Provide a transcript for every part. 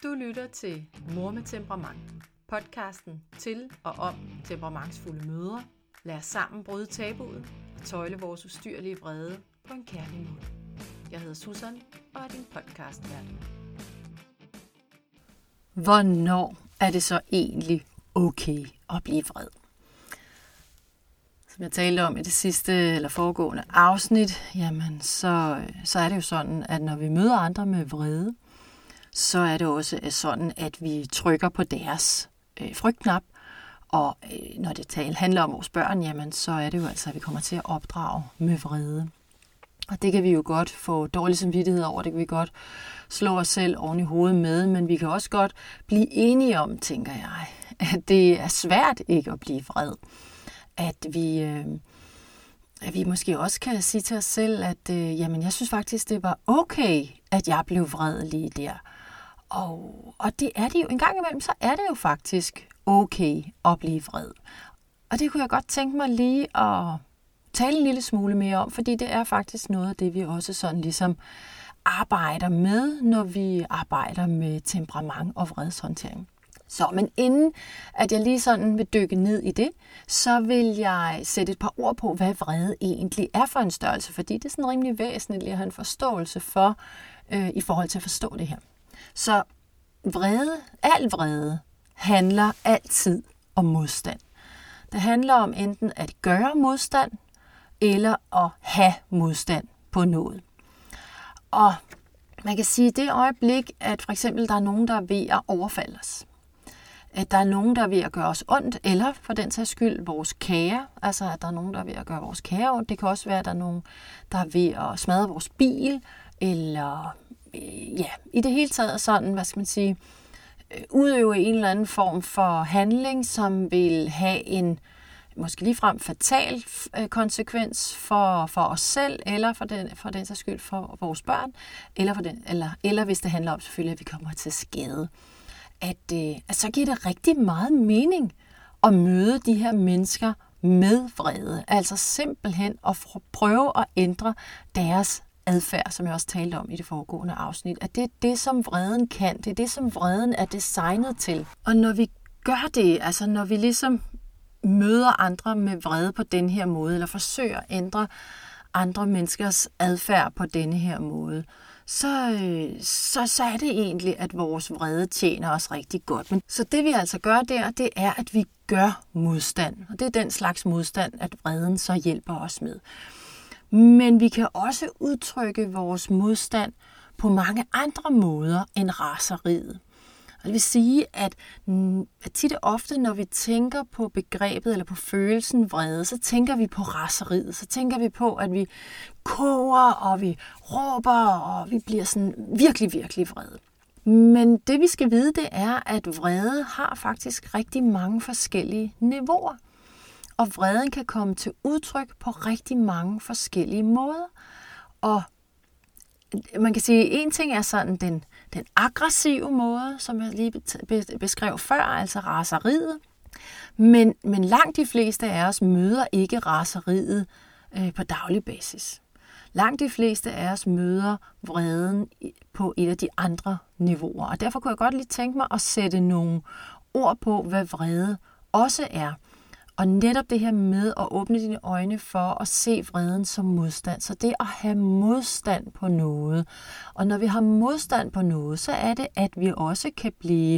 Du lytter til Mor med temperament. Podcasten til og om temperamentsfulde mødre. Lad os sammen bryde tabuet og tøjle vores ustyrlige vrede på en kærlig måde. Jeg hedder Susan og er din podcastvært. Hvornår er det så egentlig okay at blive vred? Som jeg talte om i det sidste eller foregående afsnit, jamen så er det jo sådan, at når vi møder andre med vrede, så er det også sådan, at vi trykker på deres frygtknap. Og når det handler om vores børn, jamen så er det jo altså, at vi kommer til at opdrage med vrede. Og det kan vi jo godt få dårlig samvittighed over, det kan vi godt slå os selv oven i hovedet med, men vi kan også godt blive enige om, tænker jeg, at det er svært ikke at blive vred. At vi måske også kan sige til os selv, at jamen, jeg synes faktisk, det var okay, at jeg blev vred lige der. Og det er det jo. En gang imellem, så er det jo faktisk okay at blive vred. Og det kunne jeg godt tænke mig lige at tale en lille smule mere om, fordi det er faktisk noget af det, vi også sådan ligesom arbejder med, når vi arbejder med temperament og vredshåndtering. Så, men inden at jeg lige sådan vil dykke ned i det, så vil jeg sætte et par ord på, hvad vrede egentlig er for en størrelse, fordi det er sådan rimelig væsentligt at have en forståelse for, i forhold til at forstå det her. Så al vrede handler altid om modstand. Det handler om enten at gøre modstand, eller at have modstand på noget. Og man kan sige, at det øjeblik, at for eksempel der er nogen, der er ved at overfalde os, at der er nogen, der er ved at gøre os ondt, eller for den sags skyld vores kære, altså at der er nogen, der er ved at gøre vores kære ondt. Det kan også være, at der er nogen, der er ved at smadre vores bil, eller i det hele taget sådan, hvad skal man sige, udøve en eller anden form for handling, som vil have en måske ligefrem fatal konsekvens for os selv, eller for den sags skyld for vores børn, eller hvis det handler om selvfølgelig, at vi kommer til skade. At så giver det rigtig meget mening at møde de her mennesker med vrede. Altså simpelthen at prøve at ændre deres adfærd, som jeg også talte om i det foregående afsnit. At det er det, som vreden kan. Det er det, som vreden er designet til. Og når vi gør det, altså når vi ligesom møder andre med vrede på den her måde, eller forsøger at ændre andre menneskers adfærd på denne her måde, så er det egentlig, at vores vrede tjener os rigtig godt. Men så det vi altså gør der, det er, at vi gør modstand. Og det er den slags modstand, at vreden så hjælper os med. Men vi kan også udtrykke vores modstand på mange andre måder end raseriet. Og det vil sige, at tit og ofte, når vi tænker på begrebet eller på følelsen vrede, så tænker vi på raseriet. Så tænker vi på, at vi koger, og vi råber, og vi bliver sådan virkelig, virkelig vrede. Men det vi skal vide, det er, at vrede har faktisk rigtig mange forskellige niveauer. Og vreden kan komme til udtryk på rigtig mange forskellige måder. Og man kan sige, at en ting er sådan den aggressive måde, som jeg lige beskrev før, altså raseriet. Men langt de fleste af os møder ikke raseriet på daglig basis. Langt de fleste af os møder vreden på et af de andre niveauer. Og derfor kunne jeg godt lige tænke mig at sætte nogle ord på, hvad vrede også er. Og netop det her med at åbne dine øjne for at se vreden som modstand. Så det at have modstand på noget. Og når vi har modstand på noget, så er det, at vi også kan blive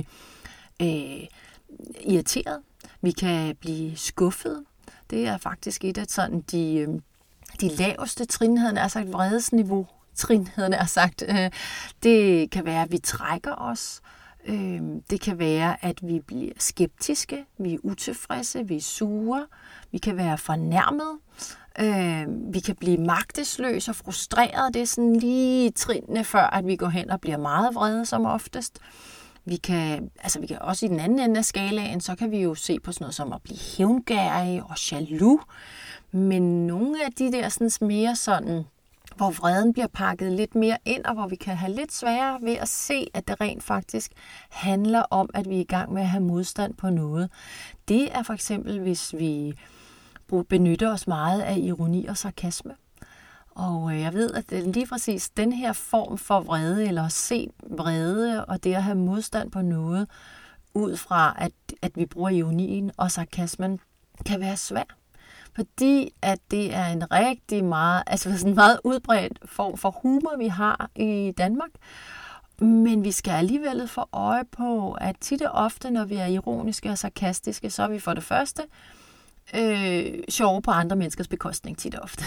irriteret. Vi kan blive skuffet. Det er faktisk et af sådan de laveste trin, havde jeg sagt, vredesniveau. Trin, havde jeg sagt. Det kan være, at vi trækker os. Det kan være, at vi bliver skeptiske, vi er utilfredse, vi er sure, vi kan være fornærmet, vi kan blive magtesløse og frustreret. Det er sådan lige trinene før, at vi går hen og bliver meget vrede som oftest. Vi kan også i den anden ende af skalaen, så kan vi jo se på sådan noget som at blive hævngerrig og jaloux. Men nogle af de der sådan mere sådan, hvor vreden bliver pakket lidt mere ind, og hvor vi kan have lidt sværere ved at se, at det rent faktisk handler om, at vi er i gang med at have modstand på noget. Det er for eksempel, hvis vi benytter os meget af ironi og sarkasme. Og jeg ved, at lige præcis den her form for vrede, eller at se vrede, og det at have modstand på noget, ud fra at vi bruger ironien og sarkasmen, kan være svært. Fordi at det er en rigtig meget, altså sådan en meget udbredt form for humor, vi har i Danmark. Men vi skal alligevel få øje på, at tit og ofte, når vi er ironiske og sarkastiske, så er vi for det første sjove på andre menneskers bekostning tit og ofte.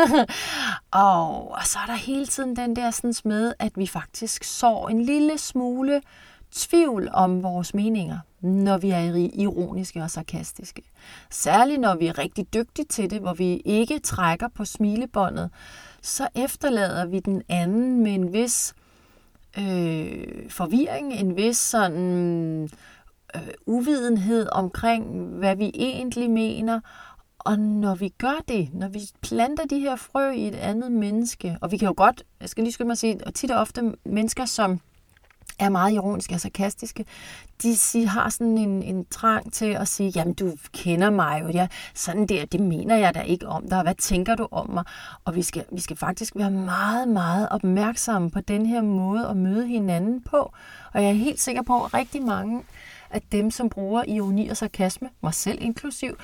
og så er der hele tiden den der sådan med, at vi faktisk sår en lille smule tvivl om vores meninger, når vi er ironiske og sarkastiske. Særligt når vi er rigtig dygtige til det, hvor vi ikke trækker på smilebåndet, så efterlader vi den anden med en vis forvirring, en vis sådan uvidenhed omkring, hvad vi egentlig mener. Og når vi gør det, når vi planter de her frø i et andet menneske, og vi kan jo godt, jeg skal lige skynde mig at sige, og tit og ofte mennesker, som er meget ironiske og sarkastiske, de har sådan en trang til at sige, jamen du kender mig jo, ja, sådan der, det mener jeg da ikke om dig, hvad tænker du om mig? Og vi skal faktisk være meget, meget opmærksomme på den her måde at møde hinanden på. Og jeg er helt sikker på, at rigtig mange af dem, som bruger ironi og sarkasme, mig selv inklusiv,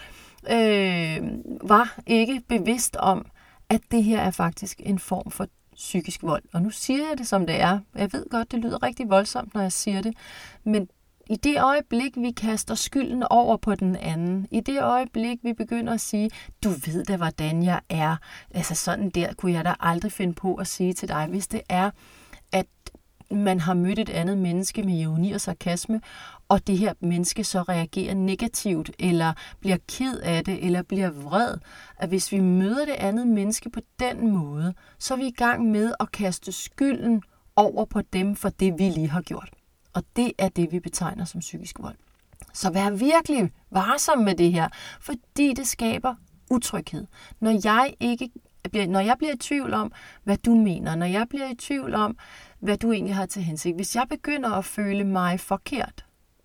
var ikke bevidst om, at det her er faktisk en form for psykisk vold. Og nu siger jeg det, som det er. Jeg ved godt, det lyder rigtig voldsomt, når jeg siger det. Men i det øjeblik, vi kaster skylden over på den anden, i det øjeblik, vi begynder at sige, du ved da, hvordan jeg er. Altså sådan der kunne jeg da aldrig finde på at sige til dig, hvis det er, at man har mødt et andet menneske med ironi og sarkasme, og det her menneske så reagerer negativt, eller bliver ked af det, eller bliver vred. At hvis vi møder det andet menneske på den måde, så er vi i gang med at kaste skylden over på dem for det, vi lige har gjort. Og det er det, vi betegner som psykisk vold. Så vær virkelig varsom med det her, fordi det skaber utryghed. Når jeg bliver i tvivl om, hvad du mener, når jeg bliver i tvivl om, hvad du egentlig har til hensigt, hvis jeg begynder at føle mig forkert,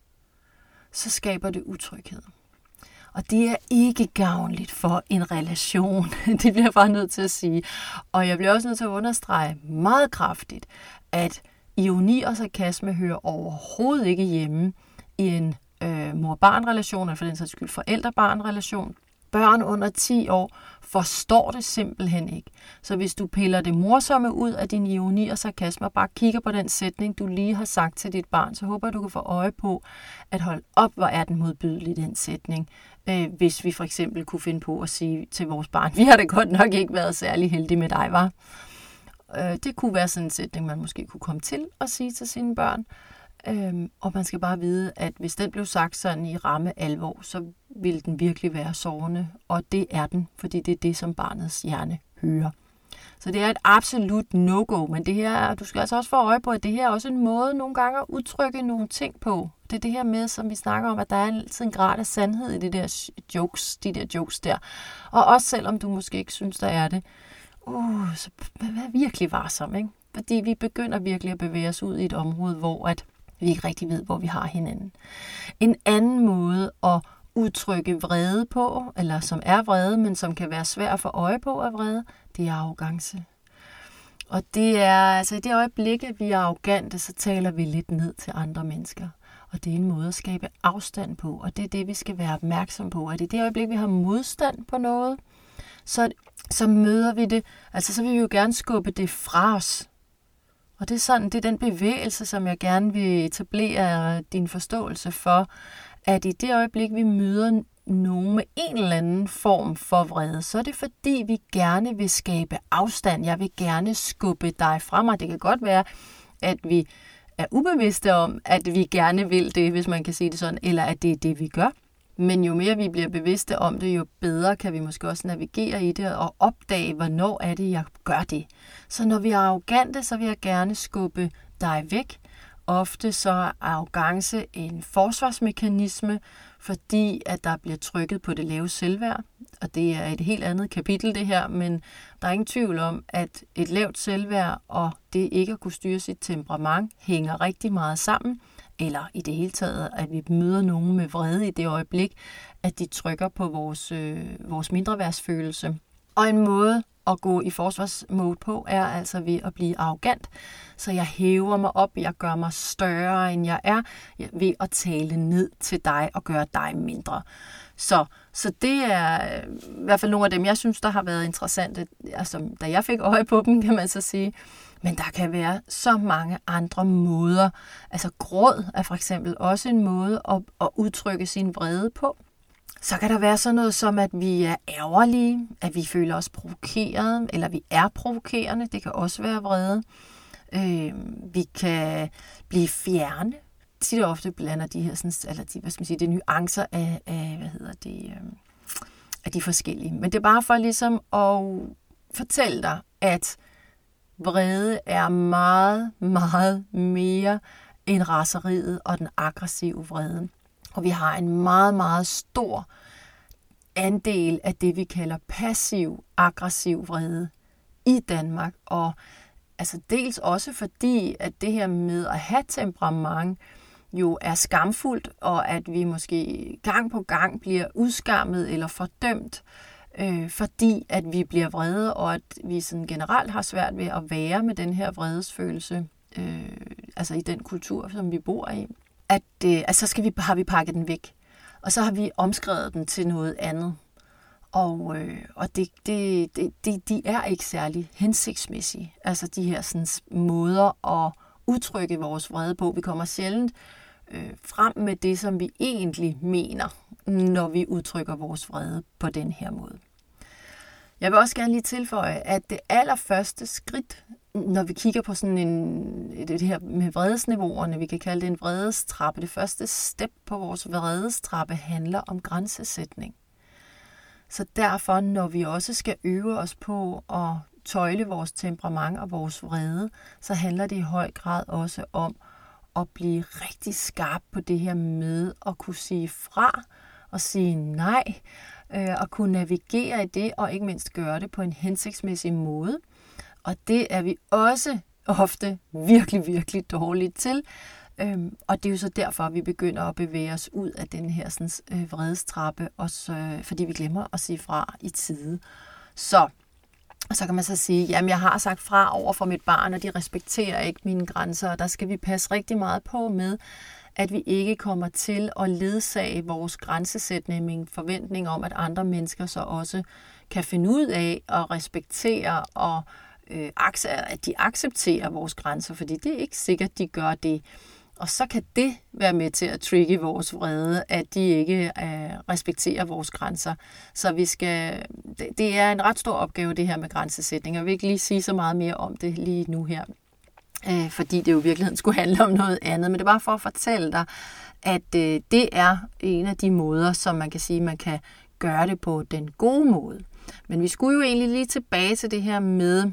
så skaber det utryghed. Og det er ikke gavnligt for en relation. Det bliver jeg bare nødt til at sige. Og jeg bliver også nødt til at understrege meget kraftigt, at ironi og sarkasme hører overhovedet ikke hjemme i en mor-barn-relation, eller for den sags skyld forældre-barn-relation. Børn under 10 år forstår det simpelthen ikke. Så hvis du piller det morsomme ud af din ironi og sarkasme, og bare kigger på den sætning, du lige har sagt til dit barn, så håber du kan få øje på, at hold op, hvor er den modbydelig, den sætning. Hvis vi for eksempel kunne finde på at sige til vores barn, vi har da godt nok ikke været særlig heldige med dig, var. Det kunne være sådan en sætning, man måske kunne komme til at sige til sine børn. Og man skal bare vide, at hvis den blev sagt sådan i ramme alvor, så vil den virkelig være sårende. Og det er den, fordi det er det, som barnets hjerne hører. Så det er et absolut no-go. Men det her, du skal altså også få øje på, at det her er også en måde nogle gange at udtrykke nogle ting på. Det er det her med, som vi snakker om, at der er altid en grad af sandhed i de der jokes der. Og også selvom du måske ikke synes, der er det, så vær virkelig varsom, ikke? Fordi vi begynder virkelig at bevæge os ud i et område, hvor at vi ikke rigtig ved, hvor vi har hinanden. En anden måde at udtrykke vrede på, eller som er vrede, men som kan være svær at få øje på af vrede, det er arrogance. Og det er, altså i det øjeblik, at vi er arrogante, så taler vi lidt ned til andre mennesker. Og det er en måde at skabe afstand på, og det er det, vi skal være opmærksom på. At i det øjeblik, vi har modstand på noget, så møder vi det, altså så vil vi jo gerne skubbe det fra os. Og det er den bevægelse, som jeg gerne vil etablere din forståelse for, at i det øjeblik, vi møder nogen med en eller anden form for vrede, så er det fordi, vi gerne vil skabe afstand. Jeg vil gerne skubbe dig fra mig. Det kan godt være, at vi er ubevidste om, at vi gerne vil det, hvis man kan sige det sådan, eller at det er det, vi gør. Men jo mere vi bliver bevidste om det, jo bedre kan vi måske også navigere i det og opdage, hvornår er det, jeg gør det. Så når vi er arrogante, så vil jeg gerne skubbe dig væk. Ofte så er arrogance en forsvarsmekanisme, fordi at der bliver trykket på det lave selvværd. Og det er et helt andet kapitel det her, men der er ingen tvivl om, at et lavt selvværd og det ikke at kunne styre sit temperament hænger rigtig meget sammen. Eller i det hele taget, at vi møder nogen med vrede i det øjeblik, at de trykker på vores mindreværdsfølelse. Og en måde at gå i forsvarsmode på, er altså ved at blive arrogant. Så jeg hæver mig op, jeg gør mig større, end jeg er, ved at tale ned til dig og gøre dig mindre. Så det er i hvert fald nogle af dem, jeg synes, der har været interessante, altså, da jeg fik øje på dem, kan man så sige. Men der kan være så mange andre måder. Altså gråd er for eksempel også en måde at udtrykke sin vrede på. Så kan der være sådan noget som, at vi er ærgerlige, at vi føler os provokeret, eller vi er provokerende. Det kan også være vrede. Vi kan blive fjerne. Tit og ofte blander de her, sådan, eller de nuancer af af de forskellige. Men det er bare for ligesom at fortælle dig, at vrede er meget, meget mere end raseriet og den aggressive vrede. Og vi har en meget, meget stor andel af det, vi kalder passiv-aggressiv vrede i Danmark. Og altså dels også fordi, at det her med at have temperament jo er skamfuldt, og at vi måske gang på gang bliver udskammet eller fordømt, fordi at vi bliver vrede, og at vi sådan generelt har svært ved at være med den her vredesfølelse, altså i den kultur, som vi bor i. Så har vi pakket den væk, og så har vi omskrevet den til noget andet. Og de er ikke særlig hensigtsmæssige. Altså de her sådan, måder at udtrykke vores vrede på. Vi kommer sjældent frem med det, som vi egentlig mener, når vi udtrykker vores vrede på den her måde. Jeg vil også gerne lige tilføje, at det allerførste skridt, når vi kigger på sådan det her med vredesniveauerne, vi kan kalde det en vredestrappe. Det første step på vores vredestrappe handler om grænsesætning. Så derfor, når vi også skal øve os på at tøjle vores temperament og vores vrede, så handler det i høj grad også om at blive rigtig skarp på det her med at kunne sige fra og sige nej, og kunne navigere i det, og ikke mindst gøre det på en hensigtsmæssig måde. Og det er vi også ofte virkelig, virkelig dårligt til. Og det er jo så derfor, at vi begynder at bevæge os ud af den her sådan, vredestrappe, også, fordi vi glemmer at sige fra i tide. Så kan man så sige, jamen jeg har sagt fra over for mit barn, og de respekterer ikke mine grænser, og der skal vi passe rigtig meget på med, at vi ikke kommer til at ledsage vores grænsesætning med en forventning om, at andre mennesker så også kan finde ud af at respektere og at de accepterer vores grænser, fordi det er ikke sikkert, de gør det. Og så kan det være med til at trigge vores vrede, at de ikke respekterer vores grænser. Så det er en ret stor opgave, det her med grænsesætning. Jeg vil ikke lige sige så meget mere om det lige nu her, fordi det jo i virkeligheden skulle handle om noget andet. Men det er bare for at fortælle dig, at det er en af de måder, som man kan sige, man kan gøre det på den gode måde. Men vi skulle jo egentlig lige tilbage til det her med,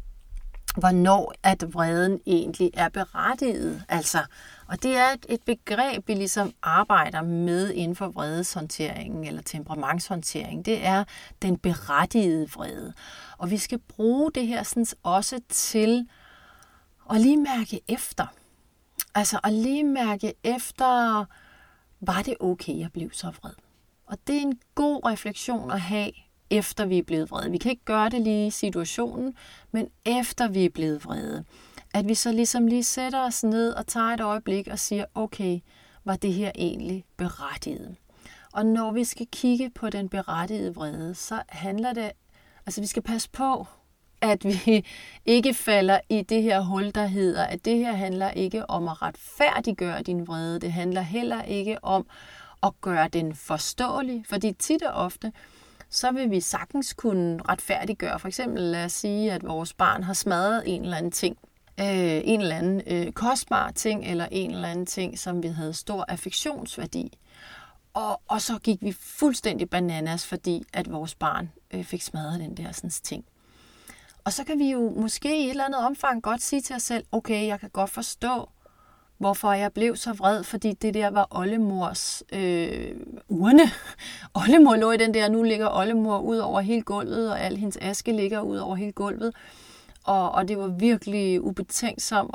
hvornår at vreden egentlig er berettiget. Altså, og det er et begreb, vi ligesom arbejder med inden for vredeshåndteringen eller temperamentshåndtering. Det er den berettigede vrede. Og vi skal bruge det her sådan også til at lige mærke efter. Altså at lige mærke efter, var det okay, jeg blev så vred? Og det er en god refleksion at have, efter vi er blevet vrede. Vi kan ikke gøre det lige i situationen, men efter vi er blevet vrede. At vi så ligesom lige sætter os ned og tager et øjeblik og siger, okay, var det her egentlig berettiget? Og når vi skal kigge på den berettigede vrede, så handler det, altså vi skal passe på, at vi ikke falder i det her hul, der hedder, at det her handler ikke om at retfærdiggøre din vrede. Det handler heller ikke om at gøre den forståelig, fordi tit og ofte, så vil vi sagtens kunne retfærdiggøre. For eksempel lad os sige, at vores barn har smadret en eller anden ting. En eller anden kostbar ting, eller en eller anden ting, som vi havde stor affektionsværdi. Og så gik vi fuldstændig bananas, fordi at vores barn fik smadret den der sådan ting. Og så kan vi jo måske i et eller andet omfang godt sige til os selv, okay, jeg kan godt forstå, hvorfor jeg blev så vred, fordi det der var oldemors urne. Oldemor lå i den der, nu ligger oldemor ud over hele gulvet, og al hendes aske ligger ud over hele gulvet. Og det var virkelig ubetænksomt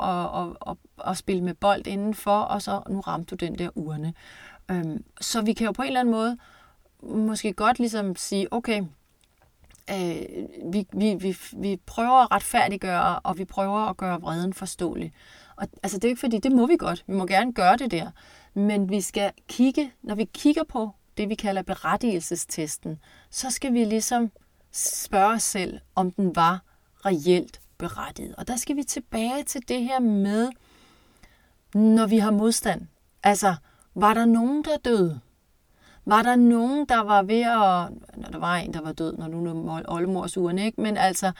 at spille med bold indenfor, og så nu ramte du den der urne. Så vi kan jo på en eller anden måde måske godt ligesom sige, okay, vi prøver at retfærdiggøre, og vi prøver at gøre vreden forståelig. Og altså, det er ikke fordi, det må vi godt. Vi må gerne gøre det der. Men vi skal kigge, når vi kigger på det, vi kalder berettigelsestesten, så skal vi ligesom spørge os selv, om den var reelt berettiget. Og der skal vi tilbage til det her med, når vi har modstand. Altså, var der nogen, der døde? Var der nogen, der var ved at... Når der var en, der var død, når nu er oldemorsuren, ikke? Men altså...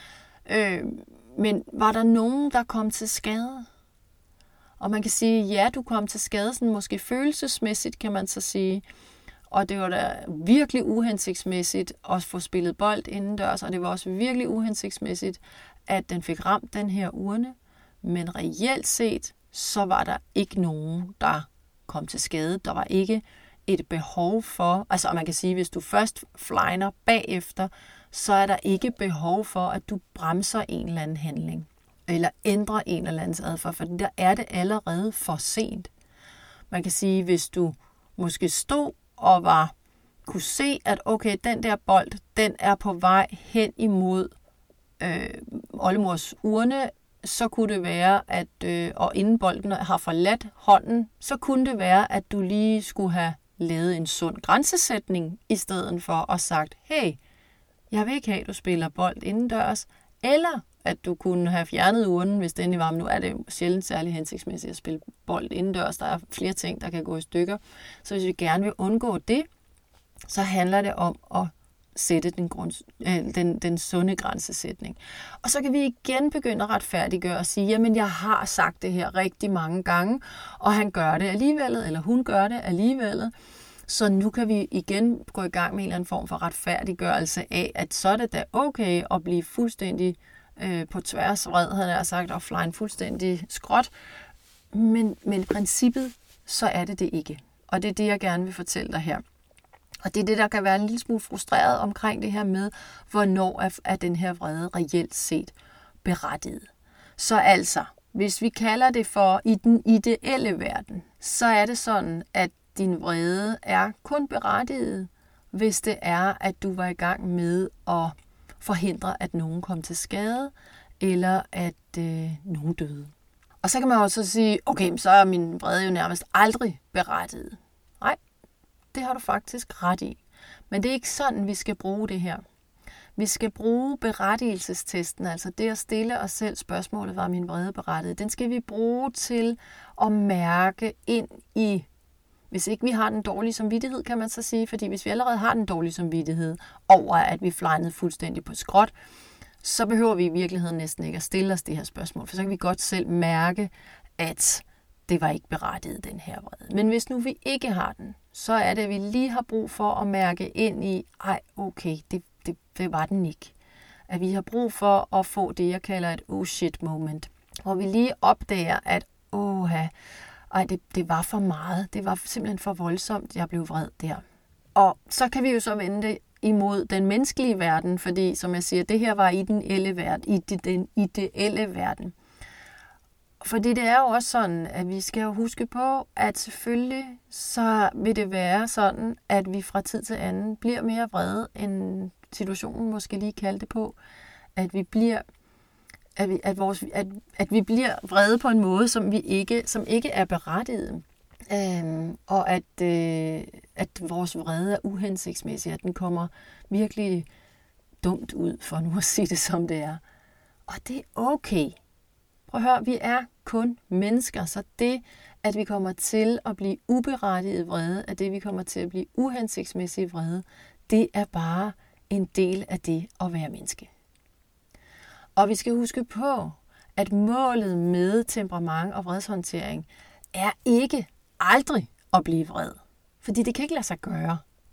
Men var der nogen, der kom til skade? Og man kan sige, ja, du kom til skade, sådan måske følelsesmæssigt, kan man så sige. Og det var da virkelig uhensigtsmæssigt at få spillet bold indendørs, og det var også virkelig uhensigtsmæssigt, at den fik ramt den her urne. Men reelt set, så var der ikke nogen, der kom til skade. Der var ikke et behov for, altså man kan sige, hvis du først flejner bagefter, så er der ikke behov for, at du bremser en eller anden handling, eller ændrer en eller andens adfærd, for der er det allerede for sent. Man kan sige, hvis du måske stod og kunne se, at okay, den der bold, den er på vej hen imod oldemors urne, så kunne det være, at og inden bolden har forladt hånden, så kunne det være, at du lige skulle have lavet en sund grænsesætning, i stedet for at sagt, hey, jeg vil ikke have, at du spiller bold indendørs, eller at du kunne have fjernet urnen, hvis den er varm. Nu er det sjældent særlig hensigtsmæssigt at spille bold indendørs. Der er flere ting, der kan gå i stykker. Så hvis vi gerne vil undgå det, så handler det om at sætte den sunde grænsesætning. Og så kan vi igen begynde at retfærdiggøre og sige, jamen jeg har sagt det her rigtig mange gange, og han gør det alligevel, eller hun gør det alligevel. Så nu kan vi igen gå i gang med en eller anden form for retfærdiggørelse af, at så er det da okay at blive fuldstændig på tværs vred, havde jeg sagt, og flyne fuldstændig skråt. Men i princippet, så er det ikke. Og det er det, jeg gerne vil fortælle dig her. Og det er det, der kan være en lille smule frustreret omkring det her med, hvornår er den her vrede reelt set berettiget. Så altså, hvis vi kalder det for i den ideelle verden, så er det sådan, at din vrede er kun berettiget, hvis det er, at du var i gang med at forhindre, at nogen kom til skade, eller at nogen døde. Og så kan man også sige, okay, så er min vrede jo nærmest aldrig berettiget. Nej, det har du faktisk ret i. Men det er ikke sådan, vi skal bruge det her. Vi skal bruge berettigelsestesten, altså det at stille os selv spørgsmålet, var min vrede berettiget? Den skal vi bruge til at mærke ind i, hvis ikke vi har den dårlige samvittighed, kan man så sige, fordi hvis vi allerede har den dårlige samvittighed over, at vi flejnede fuldstændig på skråt, så behøver vi i virkeligheden næsten ikke at stille os det her spørgsmål, for så kan vi godt selv mærke, at det var ikke berettiget, den her vrede. Men hvis nu vi ikke har den, så er det, at vi lige har brug for at mærke ind i, ej, okay, det var den ikke. At vi har brug for at få det, jeg kalder et oh shit moment, hvor vi lige opdager, at det var for meget. Det var simpelthen for voldsomt, jeg blev vred der. Og så kan vi jo så vende det imod den menneskelige verden, fordi, som jeg siger, det her var i den ideelle verden. Fordi det er jo også sådan, at vi skal jo huske på, at selvfølgelig så vil det være sådan, at vi fra tid til anden bliver mere vrede, end situationen måske lige kaldte på. At vi bliver vrede på en måde, som ikke er berettiget. Og at vores vrede er uhensigtsmæssig, at den kommer virkelig dumt ud, for nu at sige det som det er. Og det er okay. Prøv at høre, vi er kun mennesker, så det, at vi kommer til at blive uberettiget vrede, at det, vi kommer til at blive uhensigtsmæssig vrede, det er bare en del af det at være menneske. Og vi skal huske på, at målet med temperament og vredshåndtering er ikke aldrig at blive vred. Fordi det kan ikke lade sig gøre.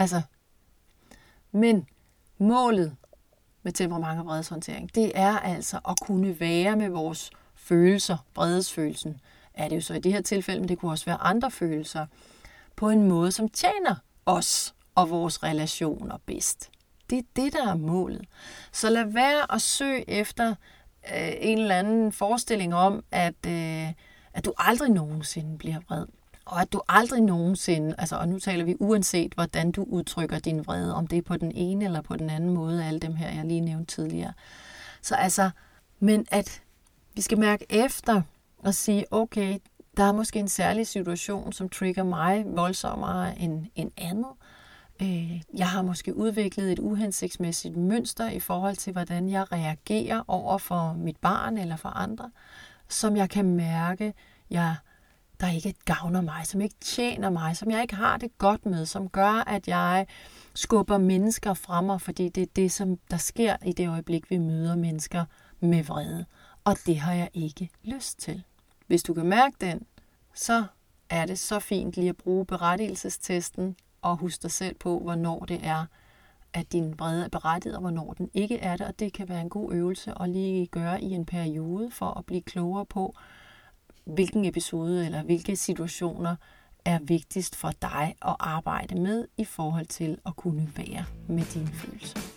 Men målet med temperament og vredshåndtering, det er altså at kunne være med vores følelser, vredesfølelsen, er det jo så i det her tilfælde, men det kunne også være andre følelser, på en måde, som tjener os og vores relationer bedst. Det er det, der er målet. Så lad være at søge efter en eller anden forestilling om, at du aldrig nogensinde bliver vred. Og at du aldrig nogensinde, altså, og nu taler vi uanset, hvordan du udtrykker din vrede, om det er på den ene eller på den anden måde, alle dem her, jeg lige nævnte tidligere. Så altså, men at vi skal mærke efter og sige, okay, der er måske en særlig situation, som trigger mig voldsommere end andet. Jeg har måske udviklet et uhensigtsmæssigt mønster i forhold til, hvordan jeg reagerer over for mit barn eller for andre, som jeg kan mærke, der ikke gavner mig, som ikke tjener mig, som jeg ikke har det godt med, som gør, at jeg skubber mennesker fra mig, fordi det er det, som der sker i det øjeblik, vi møder mennesker med vrede. Og det har jeg ikke lyst til. Hvis du kan mærke den, så er det så fint lige at bruge berettigelsestesten og huske dig selv på, hvornår det er, at din vrede er berettiget, og hvornår den ikke er det. Og det kan være en god øvelse at lige gøre i en periode for at blive klogere på, hvilken episode eller hvilke situationer er vigtigst for dig at arbejde med i forhold til at kunne være med dine følelser.